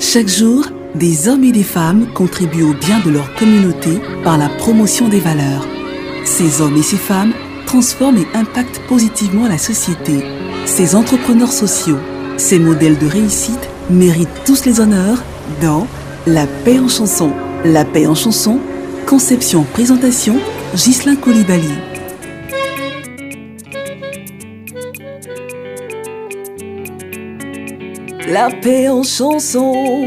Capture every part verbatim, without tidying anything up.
Chaque jour, des hommes et des femmes contribuent au bien de leur communauté par la promotion des valeurs. Ces hommes et ces femmes transforment et impactent positivement la société. Ces entrepreneurs sociaux, ces modèles de réussite méritent tous les honneurs dans La Paix en chanson. La Paix en chanson, conception, présentation, Ghislain Coulibaly. La paix en chanson.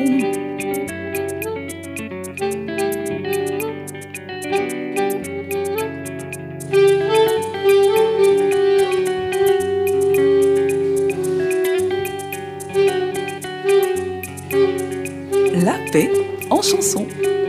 La paix en chanson.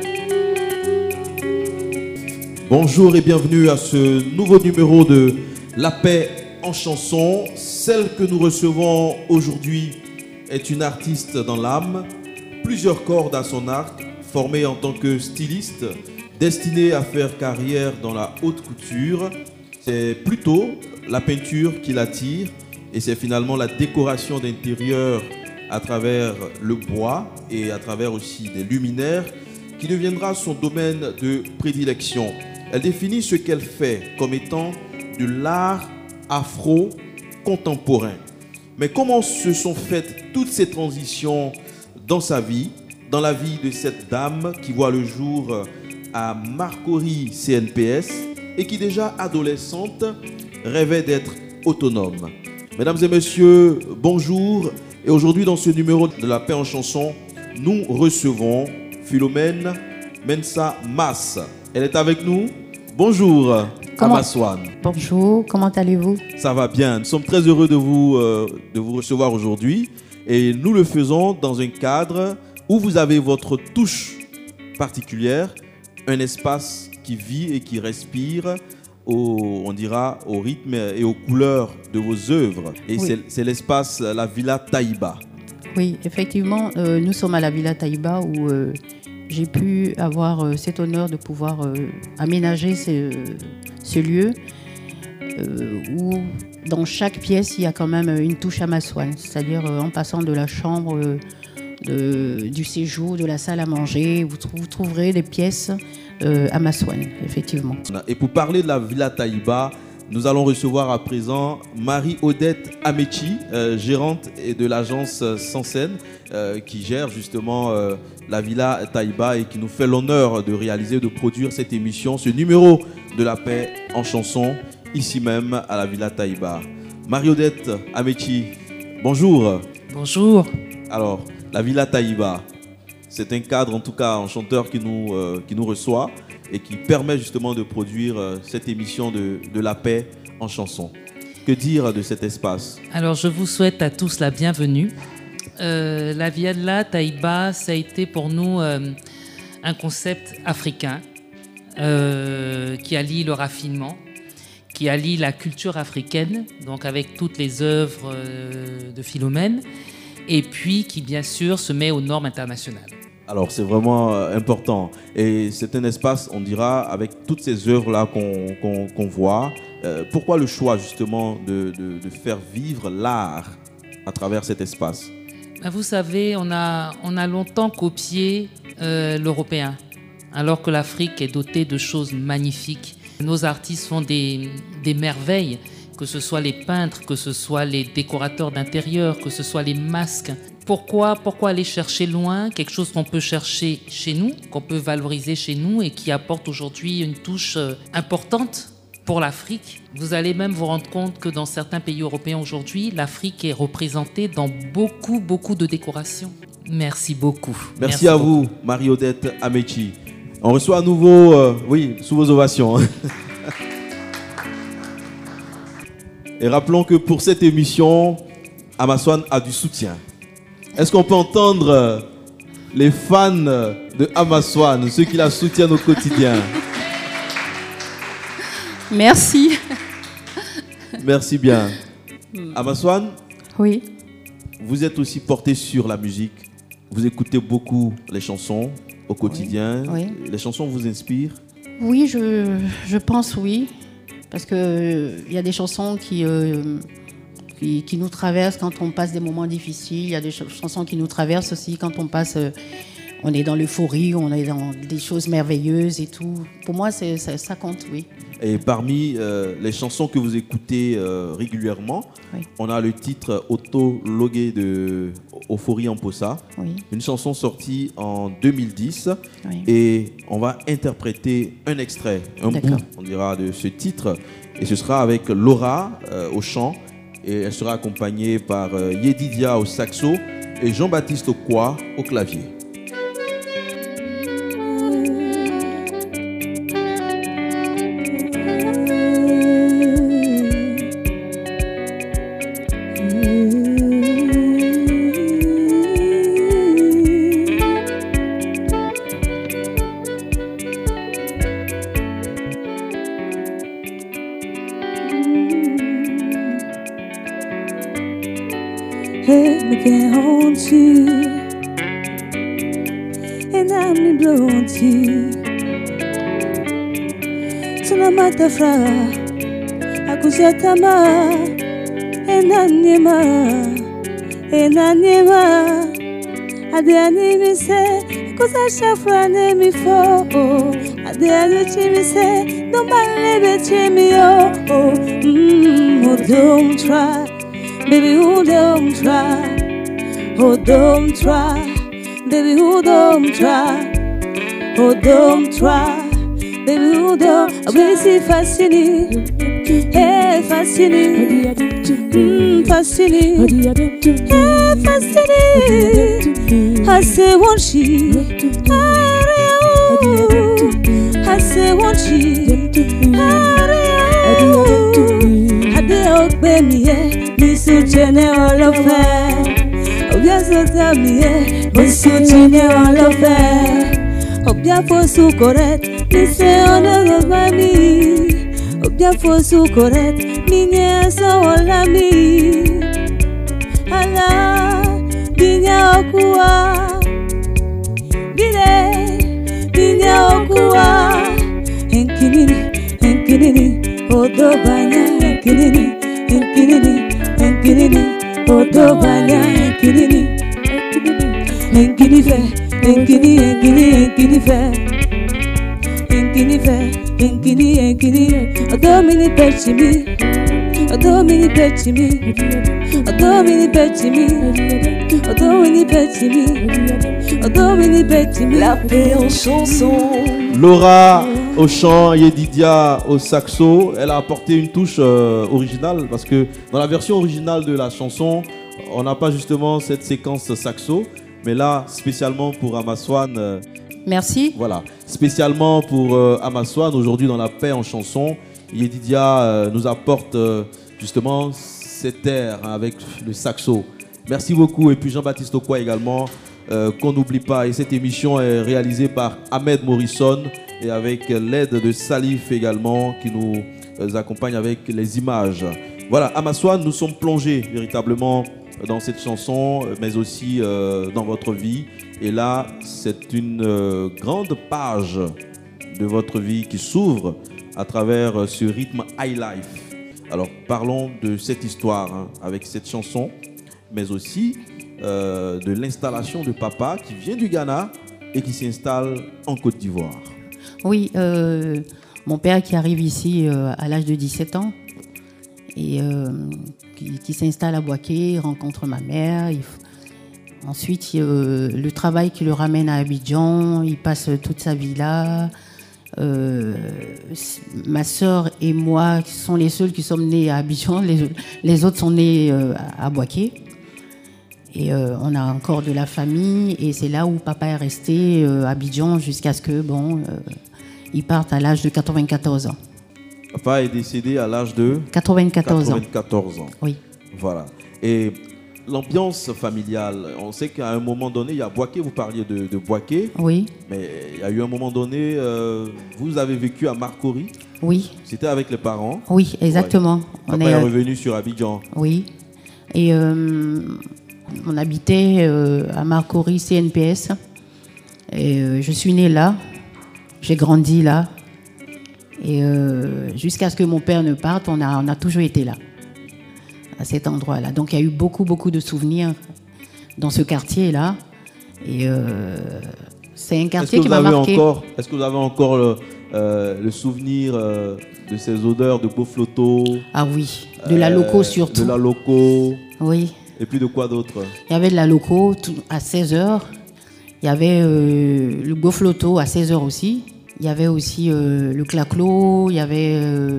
Bonjour et bienvenue à ce nouveau numéro de La Paix en chanson. Celle que nous recevons aujourd'hui est une artiste dans l'âme, plusieurs cordes à son arc, formée en tant que styliste, destinée à faire carrière dans la haute couture. C'est plutôt la peinture qui l'attire et c'est finalement la décoration d'intérieur à travers le bois et à travers aussi des luminaires qui deviendra son domaine de prédilection. Elle définit ce qu'elle fait comme étant de l'art afro-contemporain. Mais comment se sont faites toutes ces transitions dans sa vie, dans la vie de cette dame qui voit le jour à Marcory C N P S et qui déjà adolescente rêvait d'être autonome. Mesdames et messieurs, bonjour. Et aujourd'hui dans ce numéro de La Paix en chanson, nous recevons Philomène Mensa Mas. Elle est avec nous. Bonjour. Comment... Amaswan. Bonjour, comment allez-vous? Ça va bien. Nous sommes très heureux de vous, euh, de vous recevoir aujourd'hui. Et nous le faisons dans un cadre où vous avez votre touche particulière, un espace qui vit et qui respire, au, on dira, au rythme et aux couleurs de vos œuvres. Et oui. c'est, c'est l'espace, la Villa Taïba. Oui, effectivement, euh, nous sommes à la Villa Taïba où... Euh, j'ai pu avoir euh, cet honneur de pouvoir euh, aménager ce, ce lieu euh, où dans chaque pièce il y a quand même une touche Amaswan, c'est-à-dire euh, en passant de la chambre euh, de, du séjour, de la salle à manger, vous, vous trouverez des pièces euh, Amaswan, effectivement. Et pour parler de la Villa Taïba, nous allons recevoir à présent Marie-Odette Amechi, euh, gérante de l'agence Sansen, euh, qui gère justement euh, la Villa Taïba et qui nous fait l'honneur de réaliser, de produire cette émission, ce numéro de La Paix en chanson, ici même à la Villa Taïba. Marie-Odette Amechi, bonjour. Bonjour. Alors, la Villa Taïba, c'est un cadre, en tout cas, un chanteur qui nous, euh, qui nous reçoit et qui permet justement de produire euh, cette émission de, de La Paix en chanson. Que dire de cet espace? Alors, je vous souhaite à tous la bienvenue. Euh, la Villa Taïba, ça a été pour nous euh, un concept africain euh, qui allie le raffinement, qui allie la culture africaine, donc avec toutes les œuvres euh, de Philomène, et puis qui, bien sûr, se met aux normes internationales. Alors, c'est vraiment euh, important. Et c'est un espace, on dira, avec toutes ces œuvres-là qu'on, qu'on, qu'on voit. Euh, pourquoi le choix, justement, de, de, de faire vivre l'art à travers cet espace? Ben vous savez, on a, on a longtemps copié euh, l'européen, alors que l'Afrique est dotée de choses magnifiques. Nos artistes font des, des merveilles, que ce soit les peintres, que ce soit les décorateurs d'intérieur, que ce soit les masques. Pourquoi, pourquoi aller chercher loin quelque chose qu'on peut chercher chez nous, qu'on peut valoriser chez nous et qui apporte aujourd'hui une touche importante pour l'Afrique? Vous allez même vous rendre compte que dans certains pays européens aujourd'hui, l'Afrique est représentée dans beaucoup, beaucoup de décorations. Merci beaucoup. Merci, Merci à beaucoup. vous, Marie-Odette Amechi. On reçoit à nouveau, euh, oui, sous vos ovations. Et rappelons que pour cette émission, Amaswan a du soutien. Est-ce qu'on peut entendre les fans de Amaswan, ceux qui la soutiennent au quotidien? Merci. Merci bien. Amaswan, oui. Vous êtes aussi porté sur la musique. Vous écoutez beaucoup les chansons au quotidien. Oui. Oui. Les chansons vous inspirent? Oui, je, je pense oui. Parce qu'il euh, y a des chansons qui, euh, qui, qui nous traversent quand on passe des moments difficiles. Il y a des ch- chansons qui nous traversent aussi quand on passe, euh, on est dans l'euphorie, on est dans des choses merveilleuses et tout. Pour moi, c'est, ça, ça compte, oui. Et parmi euh, les chansons que vous écoutez euh, régulièrement, Oui. on a le titre Otto Logué de Euphorie en Possa, Oui. une chanson sortie en deux mille dix. Oui. Et on va interpréter un extrait, un bout, D'accord. on dira, de ce titre. Et ce sera avec Laura euh, au chant. Et elle sera accompagnée par euh, Yedidia au saxo et Jean-Baptiste Okwa au clavier. Hey, me can't hold you, and I'm blown to you. Tunamata fra, akujatama, enanyema, enanyema. Ade animi se, akuzashafra nemi fo. Ade anichimi se, don't believe chimi oh. Mm, oh, don't try. Baby, who don't try? Oh, don't try. Baby, who don't try? Oh, don't try. Baby, who don't? I will see fascinating. Hey, fascinating. Mm, fascinating. Hey, fascinating. I say, won't she? I say, won't she? I did me, yeah. Misu chene olofe, obia sota miye. Misu chene olofe, obia fosu correct. Nise ono mami, obia fosu correct. Ninye so olami, ala binya okuwa, bide binya okuwa. Enkinini, enkinini, odo banya enkinini, enkinini. Enkinini, odo banya enkinini, enkini fe, enkini, enkini, enkini fe, enkini fe, enkini, enkini. Odo mini pechimi, odo mini pechimi, odo mini pechimi, odo mini pechimi, odo mini pechimi. La paix en chanson. Laura au chant, Yedidia au saxo. Elle a apporté une touche euh, originale parce que dans la version originale de la chanson, on n'a pas justement cette séquence saxo. Mais là, spécialement pour Amaswan. Euh, Merci. Voilà, spécialement pour euh, Amaswan, aujourd'hui dans la paix en chanson, Yedidia euh, nous apporte euh, justement cet air hein, avec le saxo. Merci beaucoup. Et puis Jean-Baptiste Okwa également. Euh, qu'on n'oublie pas, et cette émission est réalisée par Ahmed Morrison et avec l'aide de Salif également qui nous euh, accompagne avec les images. Voilà, Amaswan, nous sommes plongés véritablement dans cette chanson, mais aussi euh, dans votre vie. Et là, c'est une euh, grande page de votre vie qui s'ouvre à travers ce rythme high life. Alors, parlons de cette histoire hein, avec cette chanson, mais aussi Euh, de l'installation de papa qui vient du Ghana et qui s'installe en Côte d'Ivoire. Oui, euh, mon père qui arrive ici euh, à l'âge de dix-sept ans et euh, qui, qui s'installe à Boaké, rencontre ma mère. Il, ensuite, euh, le travail qui le ramène à Abidjan, il passe toute sa vie là. Euh, ma sœur et moi sont les seuls qui sommes nés à Abidjan, les, les autres sont nés euh, à Boaké. Et euh, on a encore de la famille et c'est là où papa est resté euh, à Abidjan jusqu'à ce que bon, euh, il parte à l'âge de quatre-vingt-quatorze ans. Papa est décédé à l'âge de quatre-vingt-quatorze ans. quatre-vingt-quatorze ans. Oui. Voilà. Et l'ambiance familiale, on sait qu'à un moment donné, il y a Boaké, vous parliez de, de Boaké. Oui. Mais il y a eu un moment donné, euh, vous avez vécu à Marcory. Oui. C'était avec les parents. Oui, exactement. Ouais. On Papa est est revenu sur Abidjan. Oui. Et euh, on habitait euh, à Marcory C N P S. Et euh, je suis née là. J'ai grandi là. Et euh, jusqu'à ce que mon père ne parte, on a, on a toujours été là. à cet endroit-là. Donc il y a eu beaucoup, beaucoup de souvenirs dans ce quartier-là. Et euh, c'est un quartier qui m'a marqué. Encore, est-ce que vous avez encore le, euh, le souvenir euh, de ces odeurs de Bofloto? Ah oui, de la loco surtout. De la loco. Oui. Et puis de quoi d'autre? Il y avait de la loco à seize heures. Il y avait euh, le Bofloto à seize heures aussi. Il y avait aussi euh, le claclo. Il y avait euh,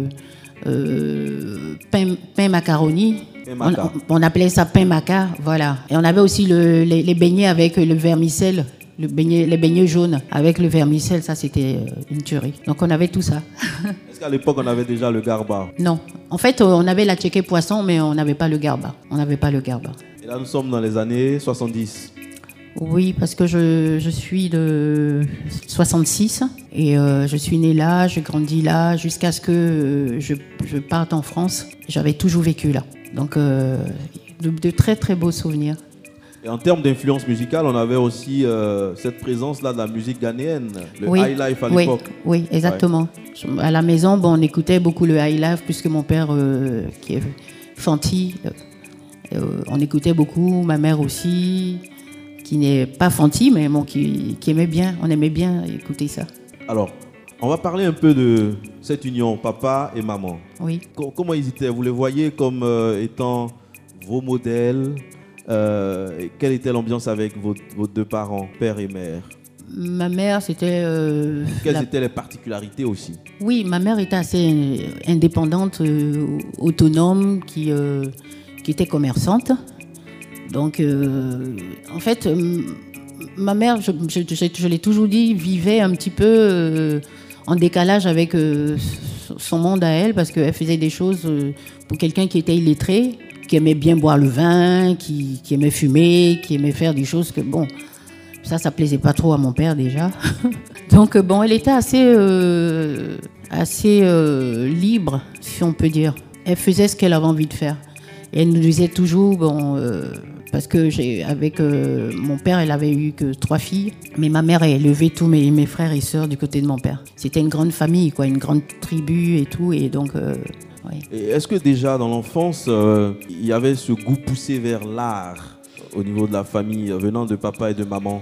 euh, pain, pain macaroni. On, on appelait ça pain maca, voilà. Et on avait aussi le, les, les beignets avec le vermicelle, le beignet, les beignets jaunes avec le vermicelle, ça c'était une tuerie. Donc on avait tout ça. Est-ce qu'à l'époque on avait déjà le garba? Non. En fait, on avait la tchéké poisson, mais on n'avait pas le garba. On n'avait pas le garba. Et là nous sommes dans les années soixante-dix. Oui, parce que je, je suis de soixante-six et euh, je suis née là, j'ai grandi là jusqu'à ce que euh, je, je parte en France. J'avais toujours vécu là. Donc, euh, de, de très très beaux souvenirs. Et en termes d'influence musicale, on avait aussi euh, cette présence-là de la musique ghanéenne, le oui, high life à oui, l'époque. Oui, exactement. Ouais. À la maison, bon, on écoutait beaucoup le high life, puisque mon père, euh, qui est fanti, euh, on écoutait beaucoup, ma mère aussi, qui n'est pas fanti, mais bon, qui, qui aimait bien, on aimait bien écouter ça. Alors, on va parler un peu de cette union, papa et maman. Oui. Comment ils étaient? Vous les voyez comme euh, étant vos modèles? euh, Quelle était l'ambiance avec vos, vos deux parents, père et mère? Ma mère, c'était... Euh, Quelles la... étaient les particularités aussi? Oui, ma mère était assez indépendante, euh, autonome, qui, euh, qui était commerçante. Donc, euh, en fait... Euh, ma mère, je, je, je, je l'ai toujours dit, vivait un petit peu euh, en décalage avec euh, son monde à elle, parce qu'elle faisait des choses euh, pour quelqu'un qui était illettré, qui aimait bien boire le vin, qui, qui aimait fumer, qui aimait faire des choses que, bon, ça, ça plaisait pas trop à mon père déjà. Donc, bon, elle était assez, euh, assez euh, libre, si on peut dire. Elle faisait ce qu'elle avait envie de faire. Et elle nous disait toujours, bon... Euh, parce que j'ai, avec euh, mon père, elle avait eu que trois filles, mais ma mère a élevé tous mes, mes frères et sœurs du côté de mon père. C'était une grande famille, quoi, une grande tribu et tout, et donc. Euh, ouais. Et est-ce que déjà dans l'enfance, euh, il y avait ce goût poussé vers l'art au niveau de la famille, venant de papa et de maman?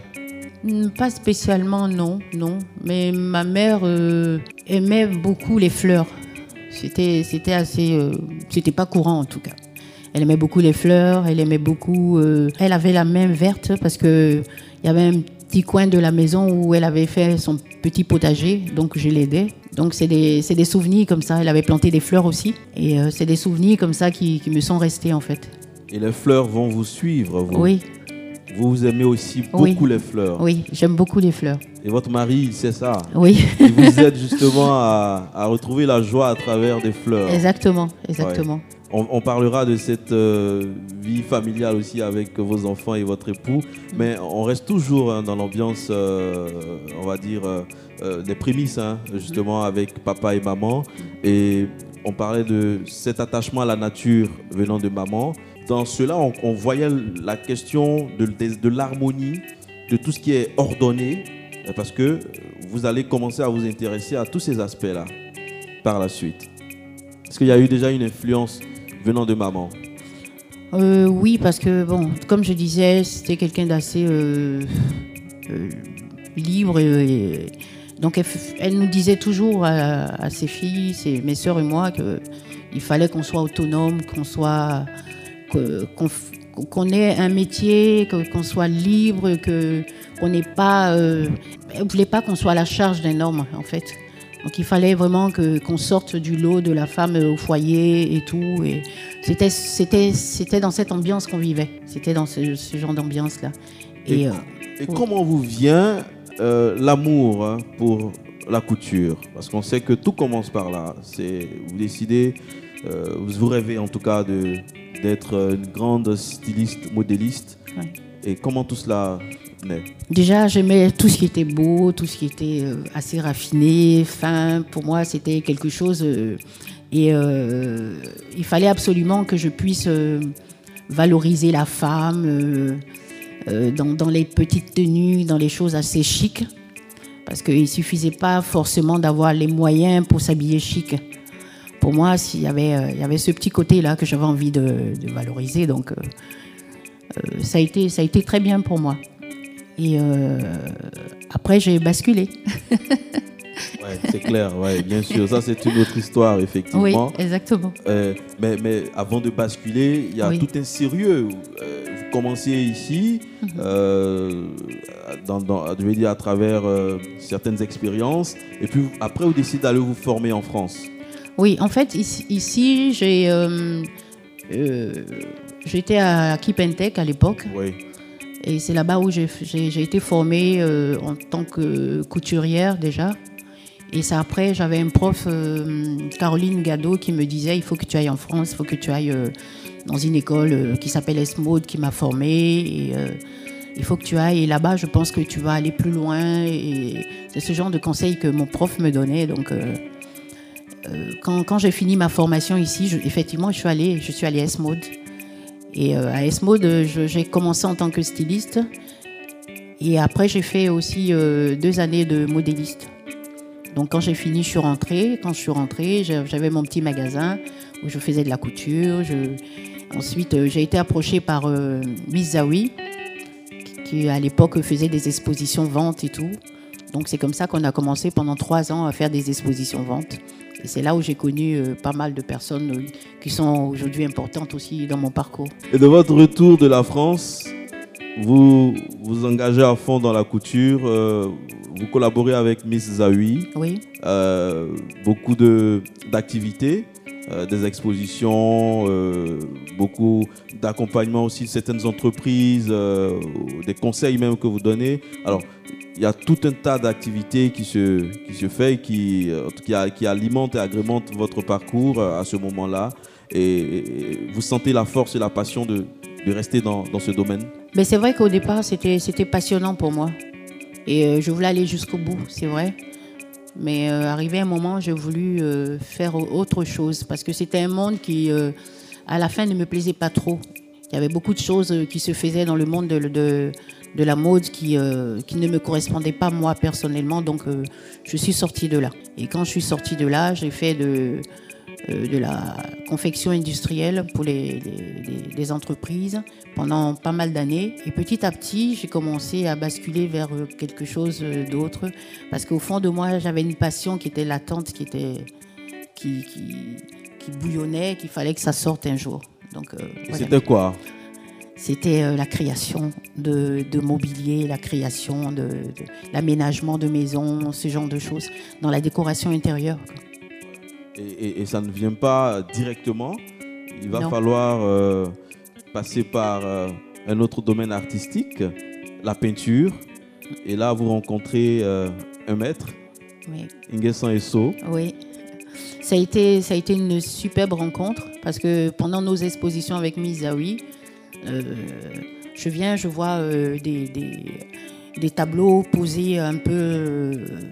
Pas spécialement, non, non. Mais ma mère euh, aimait beaucoup les fleurs. C'était, c'était assez, euh, c'était pas courant en tout cas. Elle aimait beaucoup les fleurs, elle aimait beaucoup... Euh, elle avait la main verte parce qu'il y avait un petit coin de la maison où elle avait fait son petit potager, donc je l'aidais. Donc c'est des, c'est des souvenirs comme ça, elle avait planté des fleurs aussi. Et euh, c'est des souvenirs comme ça qui, qui me sont restés en fait. Et les fleurs vont vous suivre, vous? Oui. Vous, vous aimez aussi beaucoup oui. les fleurs? Oui, j'aime beaucoup les fleurs. Et votre mari, il sait ça? Oui. Il vous aide justement à, à retrouver la joie à travers des fleurs. Exactement, exactement. Ouais. On, on parlera de cette euh, vie familiale aussi avec vos enfants et votre époux, mais on reste toujours hein, dans l'ambiance, euh, on va dire, euh, euh, des prémices, hein, justement, avec papa et maman. Et on parlait de cet attachement à la nature venant de maman. Dans cela, on, on voyait la question de, de, de l'harmonie, de tout ce qui est ordonné, parce que vous allez commencer à vous intéresser à tous ces aspects-là par la suite. Est-ce qu'il y a eu déjà une influence venant de maman? euh, Oui, parce que, bon, comme je disais, c'était quelqu'un d'assez euh, euh, libre. Et, et, donc, elle, elle nous disait toujours à, à ses filles, ses, mes sœurs et moi, qu'il fallait qu'on soit autonome, qu'on soit, que, qu'on, qu'on ait un métier, que, qu'on soit libre, que, qu'on n'ait pas... Euh, elle ne voulait pas qu'on soit à la charge d'un homme, en fait. Donc il fallait vraiment que, qu'on sorte du lot de la femme au foyer et tout. Et c'était, c'était, c'était dans cette ambiance qu'on vivait. C'était dans ce, ce genre d'ambiance-là. Et, et, euh, et comment vous vient euh, l'amour hein, pour la couture? Parce qu'on sait que tout commence par là. C'est, vous décidez, euh, vous rêvez en tout cas de, d'être une grande styliste, modéliste. Ouais. Et comment tout cela naît? Déjà, j'aimais tout ce qui était beau, tout ce qui était euh, assez raffiné, fin. Pour moi, c'était quelque chose... Euh, et euh, il fallait absolument que je puisse euh, valoriser la femme euh, euh, dans, dans les petites tenues, dans les choses assez chic. Parce qu'il ne suffisait pas forcément d'avoir les moyens pour s'habiller chic. pour moi, s'il y avait, euh, il y avait ce petit côté-là que j'avais envie de, de valoriser. Donc, euh, euh, ça a été, ça a été très bien pour moi. Et euh, après, j'ai basculé. Ouais, c'est clair, ouais, bien sûr. Ça, c'est une autre histoire, effectivement. Oui, exactement. Euh, mais, mais avant de basculer, il y a Oui. tout un sérieux. Euh, vous commenciez ici, Mhm. euh, dans, dans, je vais dire à travers euh, certaines expériences, et puis après, vous décidez d'aller vous former en France. Oui, en fait, ici, ici j'ai, euh, euh, j'étais à Kipentec à l'époque. Oui. Et c'est là-bas où j'ai, j'ai, j'ai été formée euh, en tant que couturière déjà. Et c'est après, j'avais un prof, euh, Caroline Gado, qui me disait, il faut que tu ailles en France, il faut que tu ailles euh, dans une école euh, qui s'appelle S-Mode, qui m'a formée. Et euh, il faut que tu ailles. Et là-bas, je pense que tu vas aller plus loin. Et c'est ce genre de conseils que mon prof me donnait. Donc, euh, euh, quand, quand j'ai fini ma formation ici, je, effectivement, je suis allée, je suis allée à S-Mode. Et euh, à S-Mode, je, j'ai commencé en tant que styliste. Et après, j'ai fait aussi euh, deux années de modéliste. Donc, quand j'ai fini, je suis rentrée. Quand je suis rentrée, j'avais mon petit magasin où je faisais de la couture. Je... Ensuite, euh, j'ai été approchée par euh, Miss Zawi, qui à l'époque faisait des expositions ventes et tout. Donc, c'est comme ça qu'on a commencé pendant trois ans à faire des expositions ventes. Et c'est là où j'ai connu euh, pas mal de personnes euh, qui sont aujourd'hui importantes aussi dans mon parcours. Et de votre retour de la France, vous vous engagez à fond dans la couture, euh, vous collaborez avec Miss Zawi, Oui, euh, beaucoup de, d'activités, euh, des expositions, euh, beaucoup d'accompagnement aussi de certaines entreprises, euh, des conseils même que vous donnez. Alors, il y a tout un tas d'activités qui se, qui se fait et qui, euh, qui, a- qui alimentent et agrémentent votre parcours euh, à ce moment-là. Et, et vous sentez la force et la passion de, de rester dans, dans ce domaine. mais c'est vrai qu'au départ, c'était, c'était passionnant pour moi. Et euh, je voulais aller jusqu'au bout, c'est vrai. Mais euh, arrivé un moment, j'ai voulu euh, faire autre chose parce que c'était un monde qui, euh, à la fin, ne me plaisait pas trop. Il y avait beaucoup de choses euh, qui se faisaient dans le monde de, de, de la mode qui, euh, qui ne me correspondaient pas moi personnellement. Donc, euh, je suis sortie de là. Et quand je suis sortie de là, j'ai fait de, euh, de la confection industrielle pour les, les, les- les entreprises pendant pas mal d'années. Et petit à petit, j'ai commencé à basculer vers euh, quelque chose euh, d'autre. Parce qu'au fond de moi, j'avais une passion qui était latente, qui, était, qui, qui, qui bouillonnait, qu'il fallait que ça sorte un jour. Donc, euh, Et voilà. c'était quoi? C'était euh, la création de, de mobilier, la création de, de l'aménagement de maisons, ce genre de choses, dans la décoration intérieure, quoi. Et, et- et ça ne vient pas directement. Il va Non. falloir euh, passer par euh, un autre domaine artistique, la peinture. Et là, vous rencontrez euh, un maître, Oui. Nguessan Esso. Oui. Ça a été, ça a été une superbe rencontre parce que pendant nos expositions avec Miss Zawi, euh, je viens, je vois euh, des, des, des tableaux posés un peu, euh,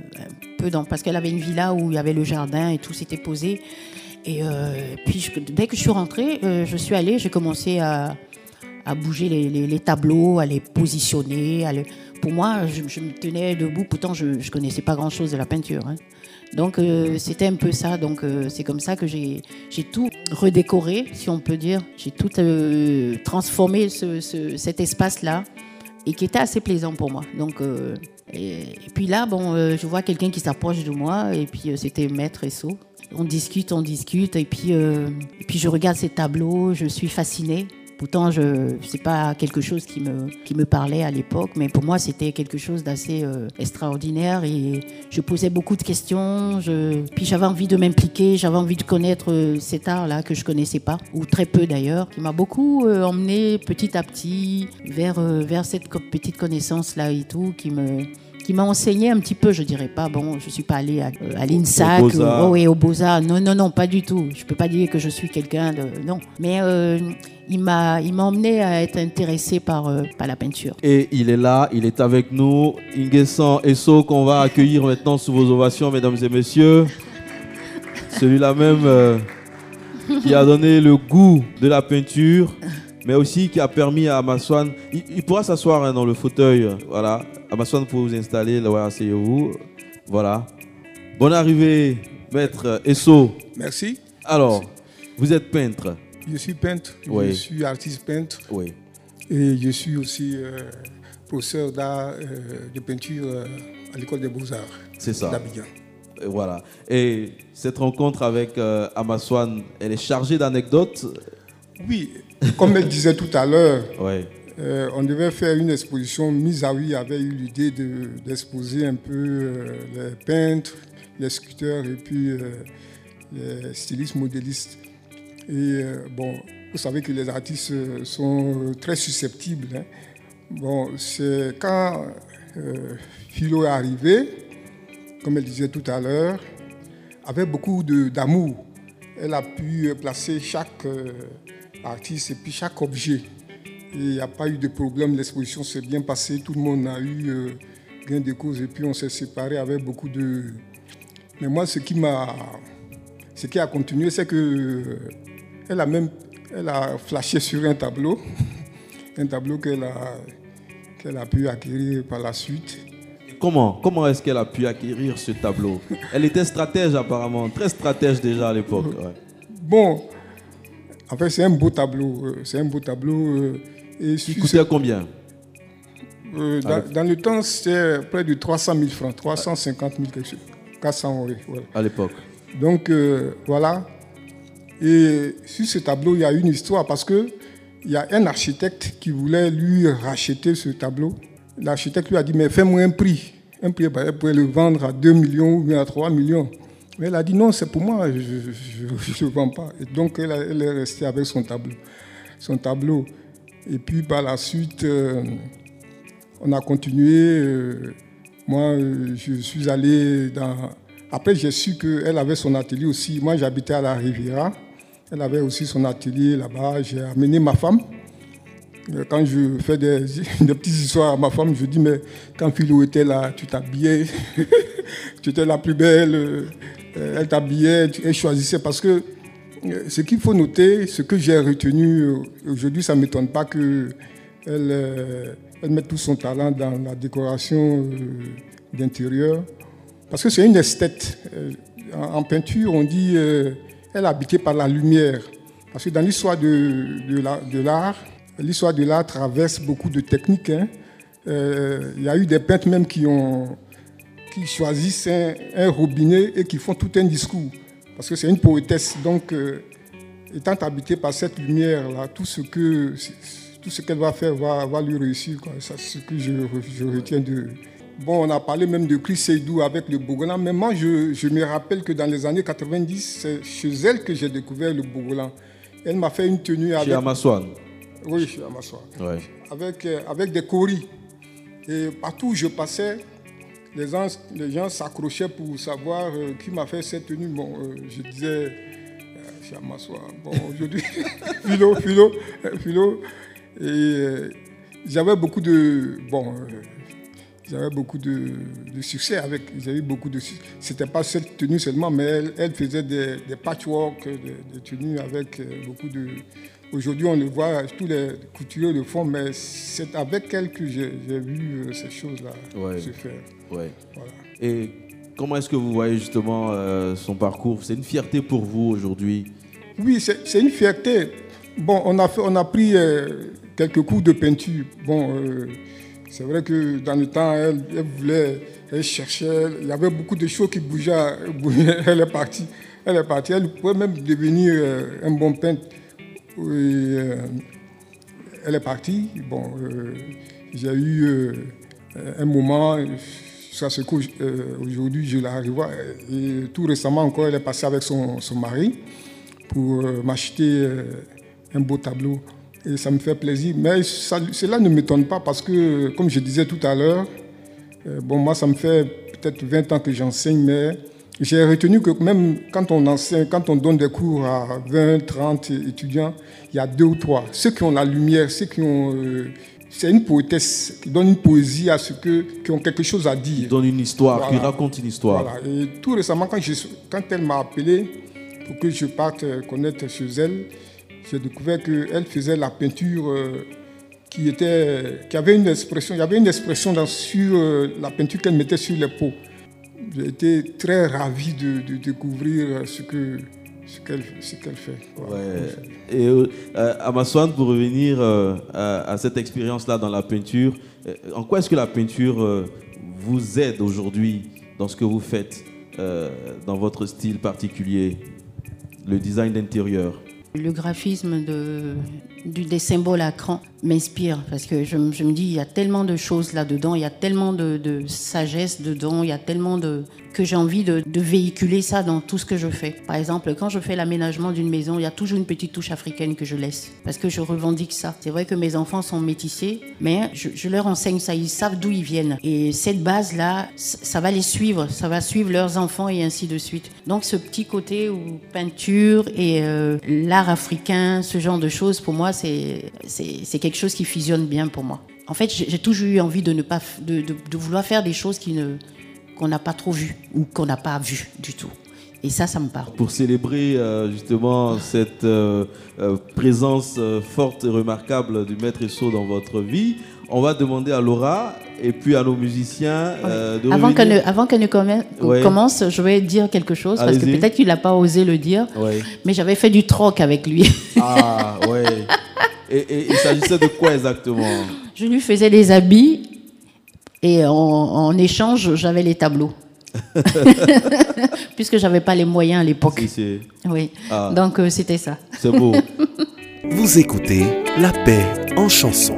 un peu dans, parce qu'elle avait une villa où il y avait le jardin et tout s'était posé. Et euh, puis je- dès que je suis rentrée, euh, je suis allée, j'ai commencé à, à bouger les, les- les tableaux, à les positionner. À les- Pour moi, je, je me tenais debout, pourtant je ne connaissais pas grand-chose de la peinture, hein. Donc euh, c'était un peu ça. Donc euh, c'est comme ça que j'ai j'ai tout redécoré, si on peut dire. J'ai tout euh, transformé ce, ce- cet espace-là et qui était assez plaisant pour moi. Donc euh, et, et puis là, bon, euh, je vois quelqu'un qui s'approche de moi et puis euh, c'était Maître Esso. On discute, on discute et puis euh, et puis je regarde ces tableaux, je suis fascinée. Pourtant, je c'est pas quelque chose qui me qui me parlait à l'époque, mais pour moi c'était quelque chose d'assez euh, extraordinaire et je posais beaucoup de questions. Je, puis j'avais envie de m'impliquer, j'avais envie de connaître euh, cet art-là que je connaissais pas ou très peu d'ailleurs, qui m'a beaucoup euh, emmené petit à petit vers euh, vers cette co- petite connaissance-là et tout, qui me qui m'a enseigné un petit peu, je dirais pas, bon, je suis pas allée à, euh, à l'INSAC, Aux Beaux-Arts. oh, oui, aux Beaux-Arts, non, non, non, pas du tout. Je peux pas dire que je suis quelqu'un de, non. Mais euh, il m'a, il m'a emmené à être intéressée par, euh, par la peinture. Et il est là, il est avec nous. Nguessan Esso, qu'on va accueillir maintenant sous vos ovations, mesdames et messieurs. Celui-là même euh, qui a donné le goût de la peinture, mais aussi qui a permis à Amaswan. Il, il pourra s'asseoir hein, dans le fauteuil. Voilà. Amaswan, pour vous installer. Là, ouais, asseyez-vous. Voilà. Bonne arrivée, maître Esso. Merci. Alors, vous êtes peintre? Je suis peintre, Oui. je suis artiste peintre Oui. et je suis aussi euh, professeur d'art euh, de peinture euh, à l'école des Beaux-Arts C'est ça. d'Abidjan. Et voilà. Et cette rencontre avec euh, Amaswan, elle est chargée d'anecdotes. Oui, comme elle disait tout à l'heure, Ouais. euh, on devait faire une exposition. Misawi avait eu l'idée de, d'exposer un peu euh, les peintres, les sculpteurs et puis euh, les stylistes, modélistes. Et euh, bon, vous savez que les artistes euh, sont très susceptibles. Hein. Bon, c'est quand euh, Philo est arrivé, comme elle disait tout à l'heure, avec beaucoup de, d'amour, elle a pu placer chaque euh, artiste et puis chaque objet. Et il n'y a pas eu de problème, l'exposition s'est bien passée, tout le monde a eu euh, gain de cause et puis on s'est séparés avec beaucoup de... Mais moi, ce qui m'a... Ce qui a continué, c'est que euh, elle a même elle a flashé sur un tableau, un tableau qu'elle a, qu'elle a pu acquérir par la suite. Et comment Comment est-ce qu'elle a pu acquérir ce tableau? Elle était stratège apparemment, très stratège déjà à l'époque. Ouais. Bon, en fait, c'est un beau tableau. euh, C'est un beau tableau. euh, Et Il sur coûtait ce- combien? euh, dans, dans le temps, c'était près de trois cent mille francs, trois cent cinquante mille, quelque chose. quatre cents, oui. Voilà. À l'époque. Donc, euh, voilà. Et sur ce tableau, il y a une histoire parce qu'il y a un architecte qui voulait lui racheter ce tableau. L'architecte lui a dit, mais fais-moi un prix. Un prix, ben, elle pourrait le vendre à deux millions ou bien à trois millions. Mais elle a dit, non, c'est pour moi, je ne le vends pas. Et donc, elle, a- elle est restée avec son tableau. Son tableau. Et puis, par la suite, euh, on a continué. euh, moi, euh, je suis allé dans... Après, j'ai su qu'elle avait son atelier aussi. Moi, j'habitais à la Riviera. Elle avait aussi son atelier là-bas. J'ai amené ma femme. Euh, Quand je fais des, des petites histoires à ma femme, je dis, mais quand Philo était là, tu t'habillais. Tu étais la plus belle. euh, Elle t'habillait, elle choisissait. Parce que euh, ce qu'il faut noter, ce que j'ai retenu euh, aujourd'hui, ça ne m'étonne pas qu'elle euh, elle mette tout son talent dans la décoration euh, d'intérieur. Parce que c'est une esthète. Euh, En, en peinture, on dit euh, elle est habitée par la lumière. Parce que dans l'histoire de, de la- de l'art, l'histoire de l'art traverse beaucoup de techniques. hein. Euh, Il y a eu des peintres même qui, ont, qui choisissent un, un robinet et qui font tout un discours. Parce que c'est une poétesse. Donc, euh, étant habitée par cette lumière-là, tout ce que tout ce qu'elle va faire va, va lui réussir. Quoi. Ça, c'est ce que je, je retiens de... Bon, on a parlé même de Chris Seydou avec le Bogolan, mais moi, je, je me rappelle que dans les années quatre-vingt-dix, c'est chez elle que j'ai découvert le Bogolan. Elle m'a fait une tenue avec... Chez Amaswan. Oui, chez Amaswan. Ouais. Avec, euh, avec des coris. Et partout où je passais, les gens, les gens s'accrochaient pour savoir euh, qui m'a fait cette tenue. Bon, euh, je disais, euh, chez Amaswan, bon, aujourd'hui, philo, philo, euh, philo. Et euh, j'avais beaucoup de... Bon... euh, J'avais beaucoup de, de succès avec. J'ai eu beaucoup de succès. C'était pas cette tenue seulement, mais elle, elle faisait des, des patchwork, des, des tenues avec euh, beaucoup de. Aujourd'hui, on le voit, tous les couturiers le font, mais c'est avec elle que j'ai j'ai vu euh, ces choses-là Ouais. se faire. Ouais. Voilà. Et comment est-ce que vous voyez justement euh, son parcours? C'est une fierté pour vous aujourd'hui? Oui, c'est c'est une fierté. Bon, on a, fait, on a pris euh, quelques cours de peinture. Bon, euh, c'est vrai que dans le temps, elle, elle voulait, elle cherchait, il y avait beaucoup de choses qui bougeaient. Elle est partie. Elle est partie. Elle pouvait même devenir euh, un bon peintre. Et, euh, elle est partie. Bon, euh, j'ai eu euh, un moment, ça se couche, euh, aujourd'hui je la revois. Et tout récemment encore, elle est passée avec son, son mari pour euh, m'acheter euh, un beau tableau. Et ça me fait plaisir. Mais ça, cela ne m'étonne pas parce que, comme je disais tout à l'heure, euh, bon, moi, ça me fait peut-être vingt ans que j'enseigne, mais j'ai retenu que même quand on enseigne, quand on donne des cours à vingt, trente étudiants, il y a deux ou trois. Ceux qui ont la lumière, ceux qui ont... Euh, c'est une poétesse qui donne une poésie à ceux que, qui ont quelque chose à dire. Qui donne une histoire, Voilà. qui raconte une histoire. Voilà. Et tout récemment, quand, je, quand elle m'a appelé pour que je parte connaître chez elle, j'ai découvert qu'elle faisait la peinture euh, qui, était, qui avait une expression. Il y avait une expression dans, sur euh, la peinture qu'elle mettait sur les peaux. J'ai été très ravi de, de découvrir ce que, ce qu'elle ce qu'elle fait. Voilà. Ouais. Et euh, Amaswan, pour revenir euh, à, à cette expérience-là dans la peinture, euh, en quoi est-ce que la peinture euh, vous aide aujourd'hui dans ce que vous faites, euh, dans votre style particulier, le design d'intérieur? Le graphisme de, du, des symboles à cran m'inspire parce que je, je me dis, il y a tellement de choses là-dedans, il y a tellement de, de sagesse dedans, il y a tellement de... que j'ai envie de, de véhiculer ça dans tout ce que je fais. Par exemple, quand je fais l'aménagement d'une maison, il y a toujours une petite touche africaine que je laisse parce que je revendique ça. C'est vrai que mes enfants sont métissés, mais je, je leur enseigne ça, ils savent d'où ils viennent. Et cette base-là, ça va les suivre, ça va suivre leurs enfants et ainsi de suite. Donc ce petit côté où peinture et euh, l'art africain, ce genre de choses, pour moi, c'est, c'est, c'est quelque chose qui fusionne bien pour moi. En fait, j'ai, j'ai toujours eu envie de ne pas, de, de, de vouloir faire des choses qui ne, qu'on n'a pas trop vues ou qu'on n'a pas vues du tout. Et ça, ça me parle. Pour célébrer euh, justement cette euh, euh, présence euh, forte et remarquable du Maître Esso dans votre vie, on va demander à Laura et puis à nos musiciens euh, de avant revenir. qu'elle, avant qu'elle ne commen- Ouais. commence, je vais dire quelque chose parce Allez-y. que peut-être qu'il n'a pas osé le dire, Ouais. mais j'avais fait du troc avec lui. Ah, ouais. Et, et il s'agissait de quoi exactement? Je lui faisais des habits et en, en échange, j'avais les tableaux. Puisque j'avais pas les moyens à l'époque. Si, si. Oui. Ah. Donc euh, c'était ça. C'est beau. Vous écoutez La Paix en chanson.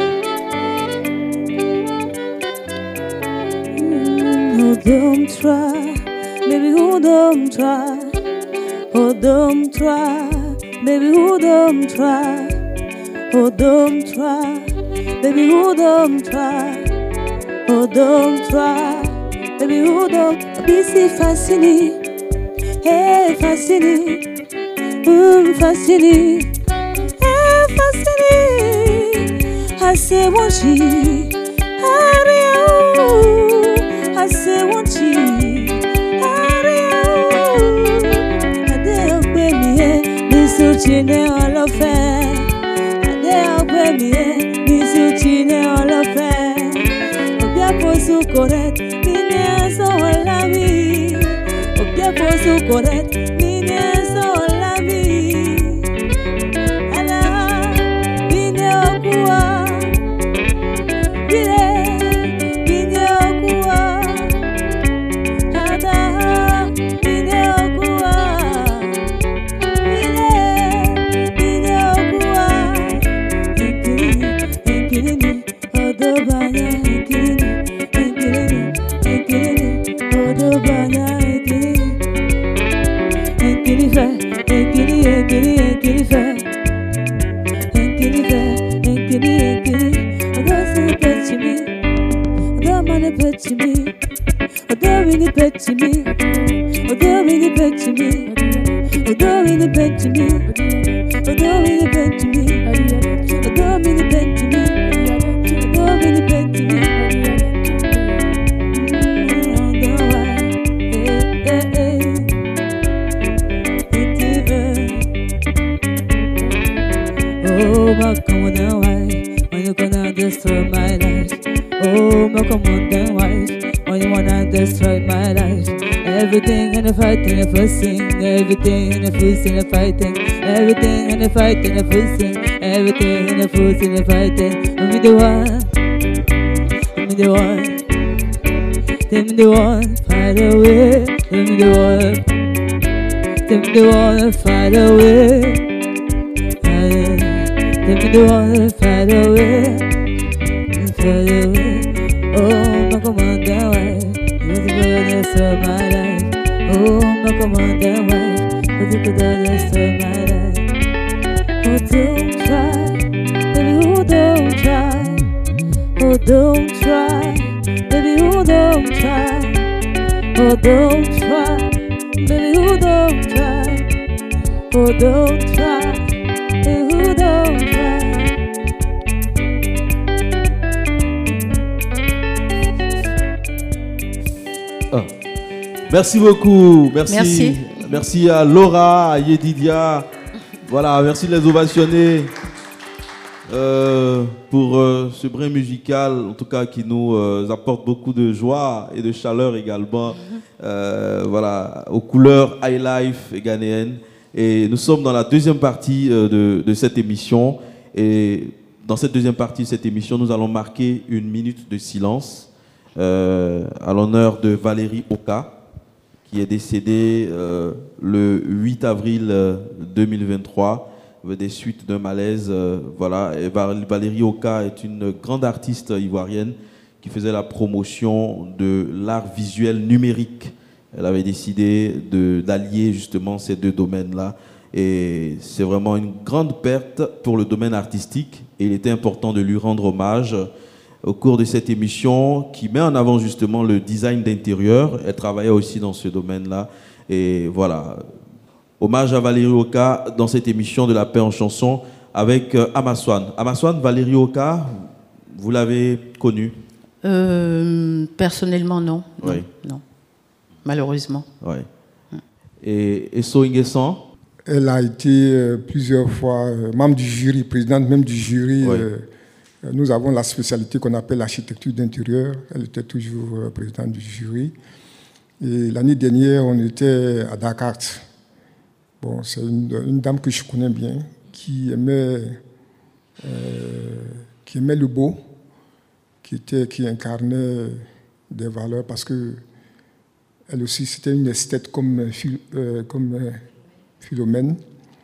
Oh, don't try, baby, who don't try? Oh, don't try, baby, who don't try? Oh, don't try, baby, who don't try? Oh, don't try, baby, who don't be si fasciné, hey, fasciné, hum, fasciné, hey, fasciné, assez mon chi, ariou, assez mon chi, ariou, ade ogbe mi e, mi su chine olofe, ade ogbe mi e, mi su chine olofe. Posso correr, minha sola mi. O que posso correr, minha sola mi. Ala, minha okua, bile, minha okua. Ada, minha okua, bile, minha okua. Enkini, enkini, odobanya, enkini. Oh, my come on down, wife, when you gonna destroy my life? Oh, my come on down, wife, when you wanna destroy my life? Everything in the fighting, the fussing, everything in the fussing, the fighting, everything in the fighting, the fussing, everything in the fussing, the fighting. Give me the one, give me the one, give me the one, fight away. Give me the one, give me the one, fight away. Give me the one, fight away, fight away. Oh, my commander, wife, you're the goddess of my life. Oh, my commander, wife, you're the goddess of my life. Oh, don't try, baby, who don't try? Oh, don't try, baby, who don't try? Oh, don't try, baby, who don't try? Oh, don't try, baby, who don't try? Ah. Merci beaucoup. Merci. Merci. Merci à Laura, à Yedidia. Voilà, merci de les ovationner euh, pour euh, ce brin musical, en tout cas qui nous euh, apporte beaucoup de joie et de chaleur également. Euh, voilà, aux couleurs high life et ghanéennes. Et nous sommes dans la deuxième partie euh, de, de cette émission. Et dans cette deuxième partie de cette émission, nous allons marquer une minute de silence euh, à l'honneur de Valérie Oka, qui est décédée euh, le huit avril euh, deux mille vingt-trois des suites d'un malaise. Euh, voilà. Et Valérie Oka est une grande artiste ivoirienne qui faisait la promotion de l'art visuel numérique. Elle avait décidé de, d'allier justement ces deux domaines-là. Et c'est vraiment une grande perte pour le domaine artistique. Et il était important de lui rendre hommage au cours de cette émission qui met en avant justement le design d'intérieur. Elle travaillait aussi dans ce domaine-là. Et voilà, hommage à Valérie Oka dans cette émission de La Paix en chanson avec euh, Amaswan. Amaswan, Valérie Oka, vous l'avez connue? euh, Personnellement, non. Oui. Non, non. Malheureusement. Oui. Et, et So Nguessan? Elle a été euh, plusieurs fois euh, membre du jury, présidente même du jury. Oui. Euh, nous avons la spécialité qu'on appelle l'architecture d'intérieur. Elle était toujours euh, présidente du jury. Et l'année dernière, on était à Dakar. Bon, c'est une, une dame que je connais bien, qui aimait, euh, qui aimait le beau, qui, était, qui incarnait des valeurs, parce que elle aussi, c'était une esthète comme, euh, comme euh, Philomène,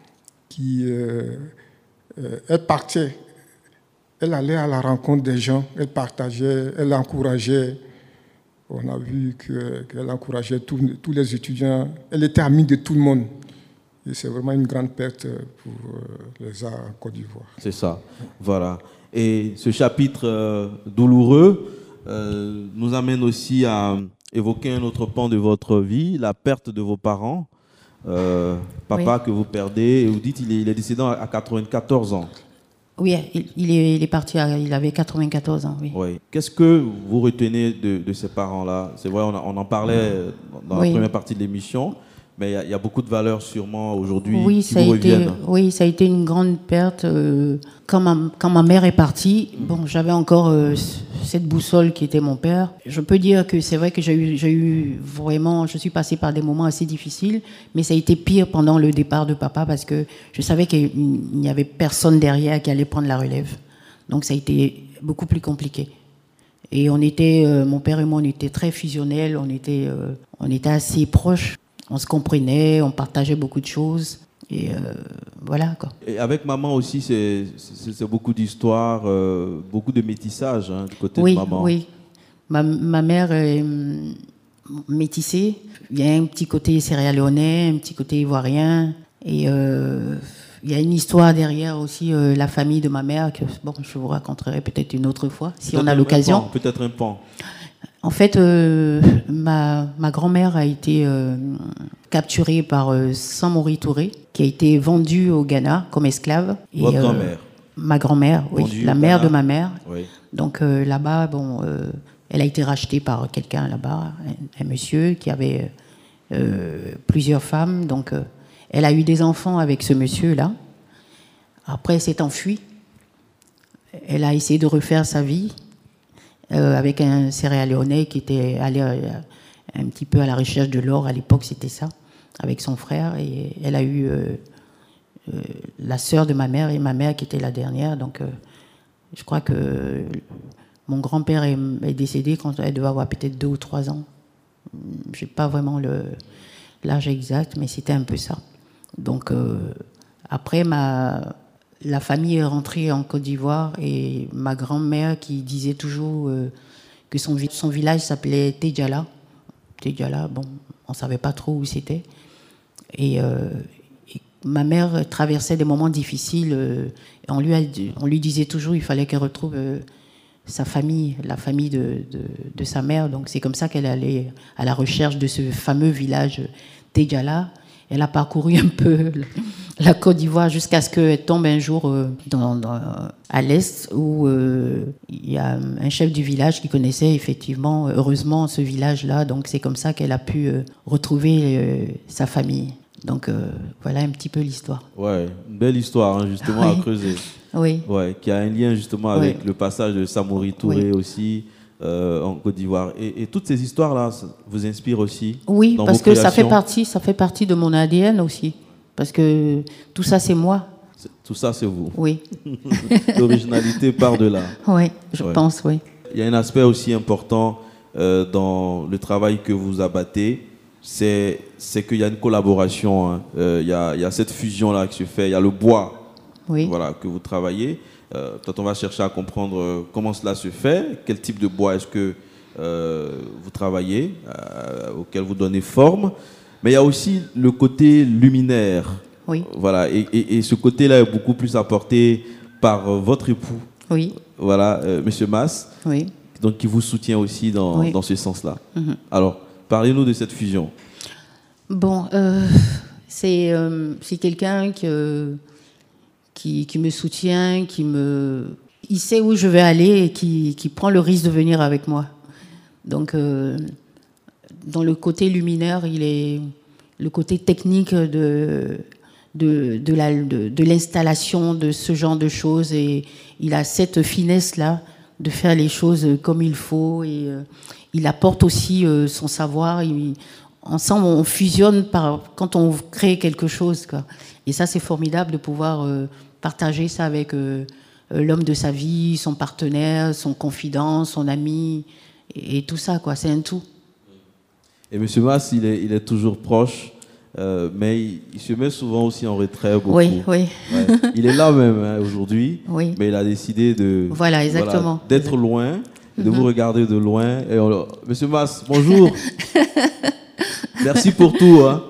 qui euh, euh, elle partait, elle allait à la rencontre des gens, elle partageait, elle encourageait. On a vu que, qu'elle encourageait tous, tous les étudiants. Elle était amie de tout le monde. Et c'est vraiment une grande perte pour euh, les arts en Côte d'Ivoire. C'est ça, voilà. Et ce chapitre euh, douloureux euh, nous amène aussi à évoquer un autre pan de votre vie, la perte de vos parents. Euh, papa oui. que vous perdez, et vous dites qu'il est, il est décédé à quatre-vingt-quatorze ans. Oui, il, il, est, il est parti, à, il avait quatre-vingt-quatorze ans, oui. oui. Qu'est-ce que vous retenez de, de ces parents-là? C'est vrai, on, a, on en parlait dans oui. la première partie de l'émission, mais il y, y a beaucoup de valeurs sûrement aujourd'hui oui, qui ça vous a été, reviennent. Oui, ça a été une grande perte. Euh, quand, ma, quand ma mère est partie, mmh. bon, j'avais encore euh, cette boussole qui était mon père. Je peux dire que c'est vrai que j'ai eu, j'ai eu vraiment, je suis passée par des moments assez difficiles, mais ça a été pire pendant le départ de papa parce que je savais qu'il n'y avait personne derrière qui allait prendre la relève. Donc ça a été beaucoup plus compliqué. Et on était, euh, mon père et moi, on était très fusionnels, on était, euh, on était assez proches. On se comprenait, on partageait beaucoup de choses. Et euh, voilà, quoi. Et avec maman aussi, c'est, c'est, c'est beaucoup d'histoires, euh, beaucoup de métissage hein, du côté oui, de maman. Oui, ma, ma mère est métissée. Il y a un petit côté sierra-léonais, un petit côté ivoirien. Et euh, il y a une histoire derrière aussi, euh, la famille de ma mère, que bon, je vous raconterai peut-être une autre fois, si peut-être on a l'occasion. Pan, peut-être un pan. En fait, euh, ma, ma grand-mère a été euh, capturée par euh, Samori Touré, qui a été vendue au Ghana comme esclave. Votre euh, grand-mère? Ma grand-mère, oui, vendue la mère Ghana. De ma mère. Oui. Donc euh, là-bas, bon, euh, elle a été rachetée par quelqu'un là-bas, un, un monsieur qui avait euh, plusieurs femmes. Donc euh, elle a eu des enfants avec ce monsieur-là. Après, elle s'est enfuie. Elle a essayé de refaire sa vie. Euh, avec un Sierra-Léonais qui était allé euh, un petit peu à la recherche de l'or, à l'époque c'était ça, avec son frère, et elle a eu euh, euh, la sœur de ma mère et ma mère qui était la dernière, donc euh, je crois que mon grand-père est, est décédé quand elle devait avoir peut-être deux ou trois ans. Je n'ai pas vraiment le, l'âge exact, mais c'était un peu ça. Donc euh, après ma... La famille est rentrée en Côte d'Ivoire et ma grand-mère qui disait toujours euh, que son, son village s'appelait Tedjala. Tedjala, bon, on ne savait pas trop où c'était. Et, euh, et ma mère traversait des moments difficiles. Euh, et on, lui a, on lui disait toujours qu'il fallait qu'elle retrouve euh, sa famille, la famille de, de, de sa mère. Donc c'est comme ça qu'elle allait à la recherche de ce fameux village Tedjala. Elle a parcouru un peu la Côte d'Ivoire jusqu'à ce qu'elle tombe un jour euh, dans, dans, à l'est où euh, il y a un chef du village qui connaissait effectivement, heureusement, ce village-là. Donc c'est comme ça qu'elle a pu euh, retrouver euh, sa famille. Donc euh, voilà un petit peu l'histoire. Ouais, une belle histoire hein, justement oui. à creuser. Oui. Ouais, qui a un lien justement avec oui. le passage de Samori Touré oui. aussi. Euh, en Côte d'Ivoire. Et, et toutes ces histoires-là vous inspirent aussi? Oui, dans parce vos que créations? ça fait partie, ça fait partie de mon A D N aussi. Parce que tout ça, c'est moi. C'est- Tout ça, c'est vous. Oui, L'originalité part de là. oui, je Ouais. pense, oui. Il y a un aspect aussi important euh, dans le travail que vous abattez, c'est c'est qu'il y a une collaboration. Hein. Euh, il, y a, il y a cette fusion-là qui se fait. Il y a le bois Oui. voilà, que vous travaillez. Euh, peut-être on va chercher à comprendre euh, comment cela se fait, quel type de bois est-ce que euh, vous travaillez, euh, auquel vous donnez forme. Mais il y a aussi le côté luminaire. Oui, Voilà, et, et- et ce côté-là est beaucoup plus apporté par euh, votre époux, oui, voilà, euh, Monsieur Mas, oui. donc qui vous soutient aussi dans, Oui. dans ce sens-là. Mhm. Alors, parlez-nous de cette fusion. Bon, euh, c'est euh, c'est quelqu'un que, qui, qui me soutient, qui me... Il sait où je vais aller et qui, qui prend le risque de venir avec moi. Donc, euh, dans le côté luminaire, il est le côté technique de, de, de, la- de, de l'installation de ce genre de choses. Et il a cette finesse-là de faire les choses comme il faut. Et euh, il apporte aussi euh, son savoir. Il- ensemble, on fusionne par, quand on crée quelque chose, quoi. Et ça, c'est formidable de pouvoir euh, partager ça avec euh, euh, l'homme de sa vie, son partenaire, son confident, son ami, et, et tout ça, quoi. C'est un tout. Et Monsieur Mas, il est, il est toujours proche, euh, mais il, il se met souvent aussi en retrait beaucoup. Oui, oui, Ouais. Il est là même hein, aujourd'hui, oui. mais il a décidé de Voilà, exactement. d'être loin, de vous regarder de loin. Et on- Monsieur Mas, bonjour. Merci pour tout. Hein.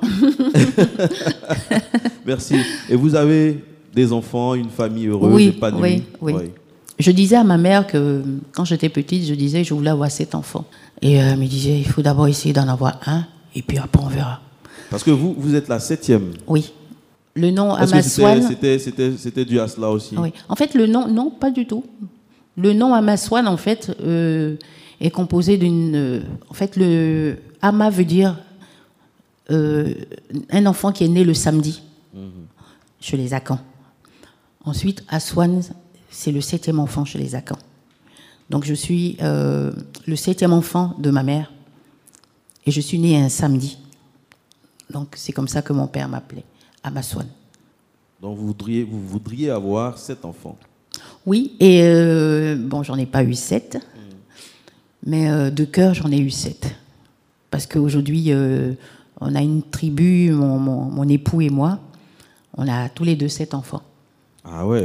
Merci. Et vous avez des enfants, une famille heureuse, Oui, épanouie. oui, oui. Je disais à ma mère que quand j'étais petite, je disais je voulais avoir sept enfants. Et euh, elle me disait, il faut d'abord essayer d'en avoir un, et puis après on verra. Parce que vous, vous êtes la septième. Oui. Le nom Est-ce que c'était- Amaswan. c'était c'était c'était dû à cela aussi? Oui. En fait, le nom, non, pas du tout. Le nom Amaswan, en fait, euh, est composé d'une. euh, en fait, le Ama veut dire euh, un enfant qui est né le samedi, chez les Akans. Ensuite, Aswan, c'est le septième enfant chez les Akans. Donc, je suis euh, le septième enfant de ma mère, et je suis née un samedi. Donc, c'est comme ça que mon père m'appelait, Amaswan. Donc vous voudriez, vous voudriez avoir sept enfants. Oui, et euh, bon, j'en ai pas eu sept, mais euh, de cœur, j'en ai eu sept. Parce qu'aujourd'hui, euh, on a une tribu, mon, mon, mon époux et moi, on a tous les deux sept enfants. Ah ouais.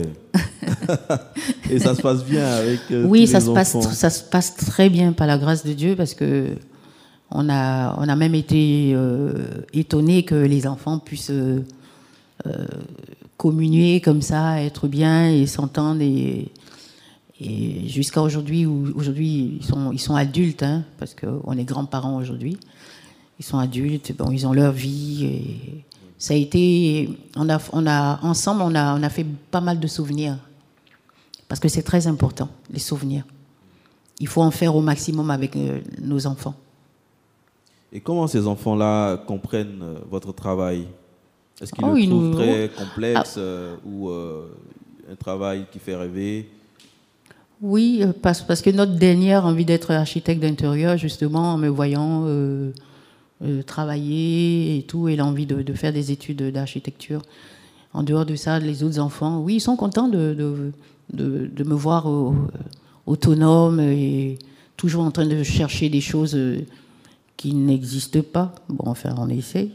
Et ça se passe bien avec euh, Oui, tous ça les se, passe, enfants. tr- ça se passe très bien par la grâce de Dieu, parce que on a, on a même été euh, étonnés que les enfants puissent euh, euh, communier comme ça, être bien et s'entendre. Et, et jusqu'à aujourd'hui, où aujourd'hui ils sont, ils sont adultes, hein, parce qu'on est grands-parents aujourd'hui. Ils sont adultes, bon, ils ont leur vie. Et ça a été, on a, on a, ensemble, on a, on a fait pas mal de souvenirs. Parce que c'est très important, les souvenirs. Il faut en faire au maximum avec euh, nos enfants. Et comment ces enfants-là comprennent euh, votre travail? Est-ce qu'ils Oh, le ils trouvent nous- très complexe euh, ou euh, un travail qui fait rêver? Oui, euh, parce, parce que notre dernière envie d'être architecte d'intérieur, justement, en me voyant euh, euh, travailler et tout, et l'envie de, de faire des études d'architecture. En dehors de ça, les autres enfants, oui, ils sont contents de, de, de, de me voir euh, autonome et toujours en train de chercher des choses euh, qui n'existent pas. Bon, enfin, on essaye.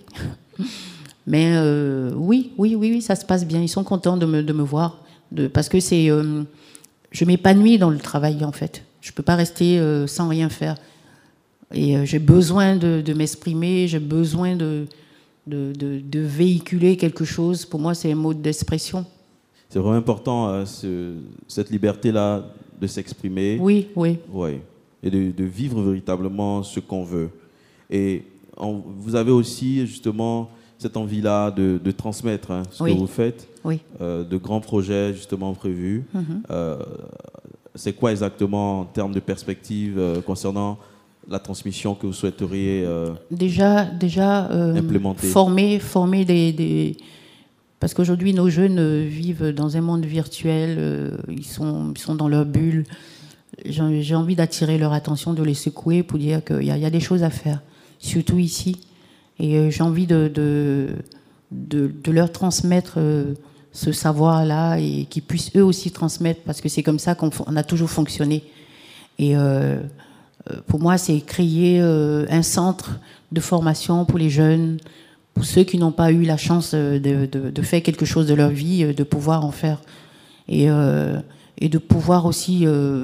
Mais euh, oui, oui, oui, oui, ça se passe bien. Ils sont contents de me, de me voir. De, parce que c'est, euh, je m'épanouis dans le travail, en fait. Je ne peux pas rester euh, sans rien faire. Et euh, j'ai besoin de, de m'exprimer, j'ai besoin de, de, de, de véhiculer quelque chose. Pour moi, c'est un mode d'expression. C'est vraiment important, euh, ce- cette liberté-là de s'exprimer. Oui, oui. Ouais. Et de, de vivre véritablement ce qu'on veut. Et en- vous avez aussi justement cette envie-là de, de transmettre hein, ce Oui. que vous faites, Oui. euh, de grands projets justement prévus. Mhm. Euh, c'est quoi exactement en termes de perspective euh, concernant la transmission que vous souhaiteriez euh, Déjà, déjà euh, Implémenter. former, former des, des- parce qu'aujourd'hui nos jeunes euh, vivent dans un monde virtuel, euh, ils sont, ils sont dans leur bulle. J'ai j'ai envie d'attirer leur attention, de les secouer pour dire qu'il y, a- il y a des choses à faire, surtout ici. Et euh, j'ai envie de, de, de, de leur transmettre euh, ce savoir-là et qu'ils puissent eux aussi transmettre, parce que c'est comme ça qu'on on a toujours fonctionné. Et euh, pour moi, c'est créer euh, un centre de formation pour les jeunes, pour ceux qui n'ont pas eu la chance de, de, de faire quelque chose de leur vie, de pouvoir en faire. Et, euh, et de pouvoir aussi, euh,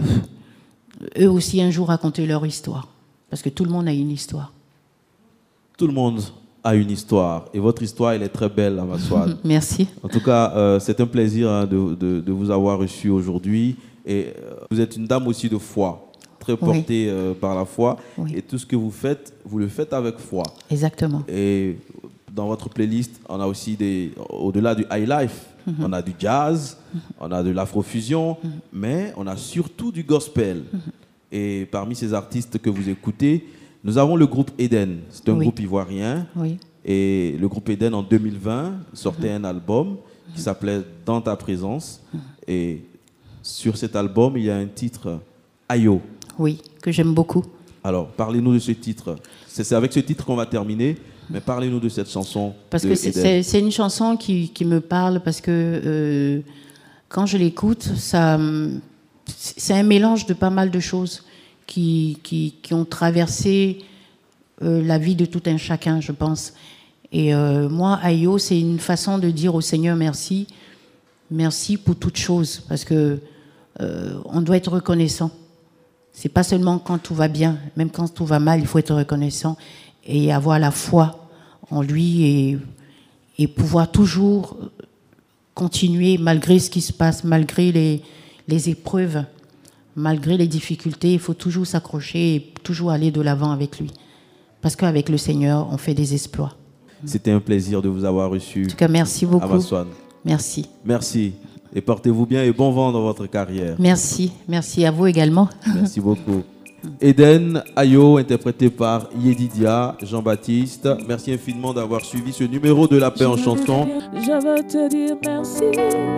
eux aussi, un jour raconter leur histoire. Parce que tout le monde a une histoire. Tout le monde a une histoire. Et votre histoire, elle est très belle, Amaswan. Merci. En tout cas, euh, c'est un plaisir hein, de, de, de vous avoir reçu aujourd'hui. Et euh, vous êtes une dame aussi de foi, très portée oui. euh, par la foi. Oui. Et tout ce que vous faites, vous le faites avec foi. Exactement. Et dans votre playlist, on a aussi, des, au-delà du high life, mm-hmm. on a du jazz, mm-hmm. on a de l'afrofusion, mm-hmm. mais on a surtout du gospel. Mm-hmm. Et parmi ces artistes que vous écoutez, nous avons le groupe Eden. C'est un oui. groupe ivoirien. Oui. Et le groupe Eden, en deux mille vingt, sortait mm-hmm. un album qui s'appelait « Dans ta présence mm-hmm. ». Et sur cet album, il y a un titre « Ayo ». Oui, que j'aime beaucoup. Alors, parlez-nous de ce titre. C'est, c'est avec ce titre qu'on va terminer. Mais parlez-nous de cette chanson. Parce que c'est, c'est, c'est une chanson qui, qui me parle, parce que euh, quand je l'écoute, ça, c'est un mélange de pas mal de choses qui, qui, qui ont traversé euh, la vie de tout un chacun, je pense. Et euh, moi, Ayo, c'est une façon de dire au Seigneur merci, merci pour toutes choses, parce que euh, on doit être reconnaissant. C'est pas seulement quand tout va bien, même quand tout va mal, il faut être reconnaissant et avoir la foi en lui et, et pouvoir toujours continuer malgré ce qui se passe, malgré les, les épreuves, malgré les difficultés. Il faut toujours s'accrocher et toujours aller de l'avant avec lui. Parce qu'avec le Seigneur, on fait des exploits. C'était un plaisir de vous avoir reçu. En tout cas, merci beaucoup. Amaswan. Merci. Merci. Et portez-vous bien et bon vent dans votre carrière. Merci. Merci à vous également. Merci beaucoup. Eden, Ayo, interprété par Yedidia, Jean-Baptiste. Merci infiniment d'avoir suivi ce numéro de La Paix en chanson. Je veux te dire merci,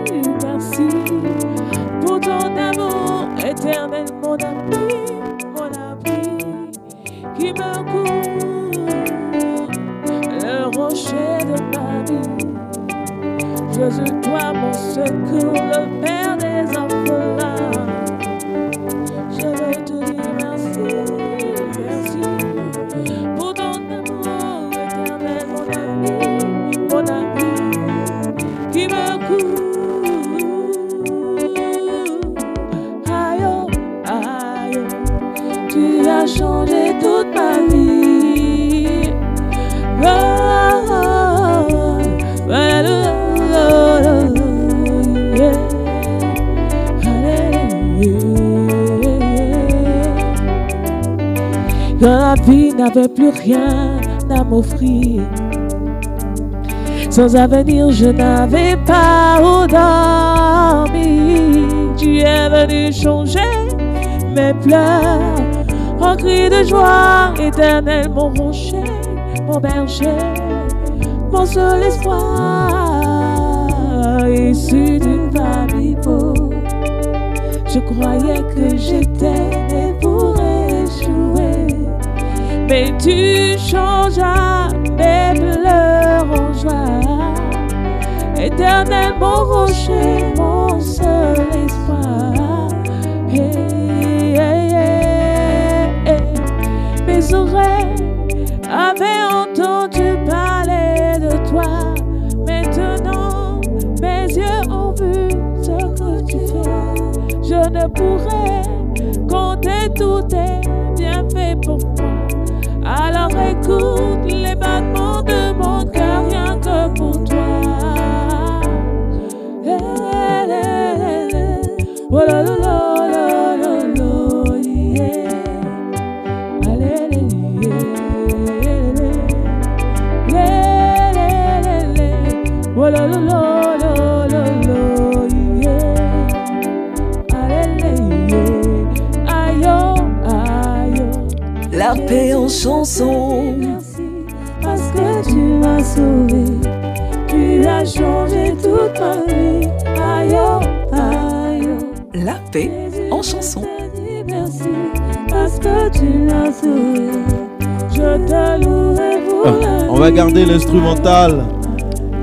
merci pour ton amour éternel, mon ami, mon ami, qui me couvre, le rocher de ma vie. Jésus, toi mon secours, le Père des orphelins. Je veux te dire merci pour ton amour éternel, mon ami, mon ami, qui me couvre. Aïe, aïe, tu as changé toute ma vie. Oh, oh, oh, oh, oh, yeah. Quand la vie n'avait plus rien à m'offrir, sans avenir je n'avais pas où dormir. Tu es venu changer mes pleurs en cris de joie. Éternel, mon rocher, mon berger, mon seul espoir, issu d'une famille pauvre. Je croyais que j'étais né pour échouer, mais tu changeas mes pleurs en joie. Éternel, mon rocher, mon seul espoir. Hey, hey, hey, hey. Mes oreilles avaient entendu parler de toi. Maintenant, mes yeux ont vu ce que tu fais. Je ne pourrais compter tous tes bienfaits pour moi. Alors écoute les battements de mon cœur, rien que pour toi. Hey, hey, hey, hey. Oh là là là là là là, yeah. Allez, yeah, yeah, yeah, yeah. Oh là là là là là là, yeah. Allez, yeah. Aïe, aïe. La paix en chanson. Merci parce que tu m'as sauvé. Tu as changé toute ma vie. Aïe, aïe. La paix en chanson. Merci parce que tu m'as sauvé. Je te louerai pour ah, on va garder l'instrumental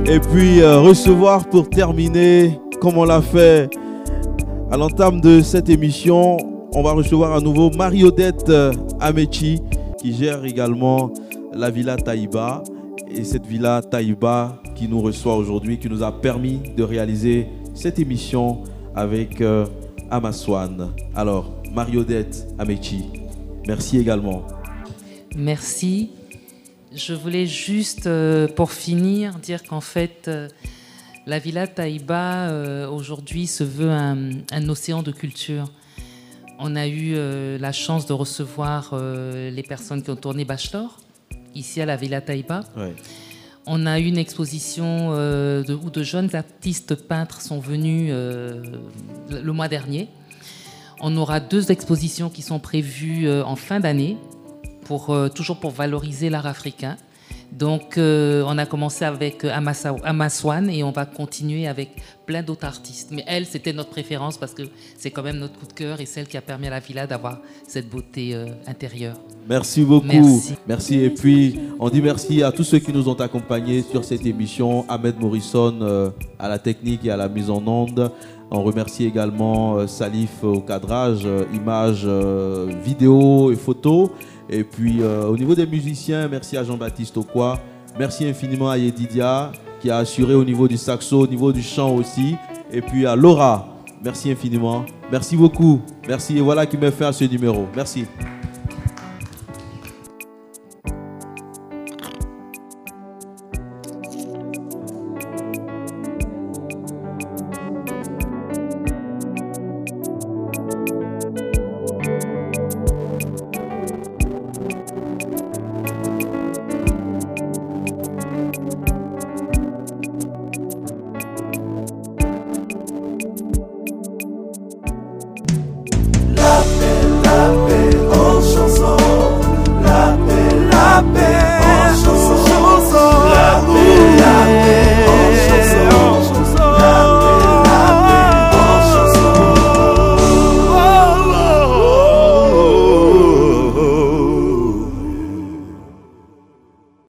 Et puis euh, recevoir pour terminer, comme on l'a fait à l'entame de cette émission, on va recevoir à nouveau Marie-Odette Amechi qui gère également la Villa Taïba. Et cette Villa Taïba qui nous reçoit aujourd'hui, qui nous a permis de réaliser cette émission avec euh, Amaswan. Alors, Marie-Odette Amechi, merci également. Merci. Je voulais juste, euh, pour finir, dire qu'en fait, euh, la Villa Taïba, euh, aujourd'hui, se veut un, un océan de culture. On a eu euh, la chance de recevoir euh, les personnes qui ont tourné Bachelor, ici à la Villa Taïba. Ouais. On a eu une exposition euh, de, où de jeunes artistes peintres sont venus euh, le mois dernier. On aura deux expositions qui sont prévues euh, en fin d'année, pour, euh, toujours pour valoriser l'art africain. Donc, euh, on a commencé avec Amaswan et on va continuer avec plein d'autres artistes. Mais elle, c'était notre préférence parce que c'est quand même notre coup de cœur et celle qui a permis à la Villa d'avoir cette beauté euh, intérieure. Merci beaucoup. Merci. Merci. Et puis, on dit merci à tous ceux qui nous ont accompagnés sur cette émission. Ahmed Morrison euh, à la technique et à la mise en onde. On remercie également euh, Salif au cadrage, euh, images, euh, vidéos et photos. Et puis, euh, au niveau des musiciens, merci à Jean-Baptiste Okwa. Merci infiniment à Yedidia qui a assuré au niveau du saxo, au niveau du chant aussi. Et puis à Laura, merci infiniment. Merci beaucoup. Merci. Et voilà qui m'a fait à ce numéro. Merci.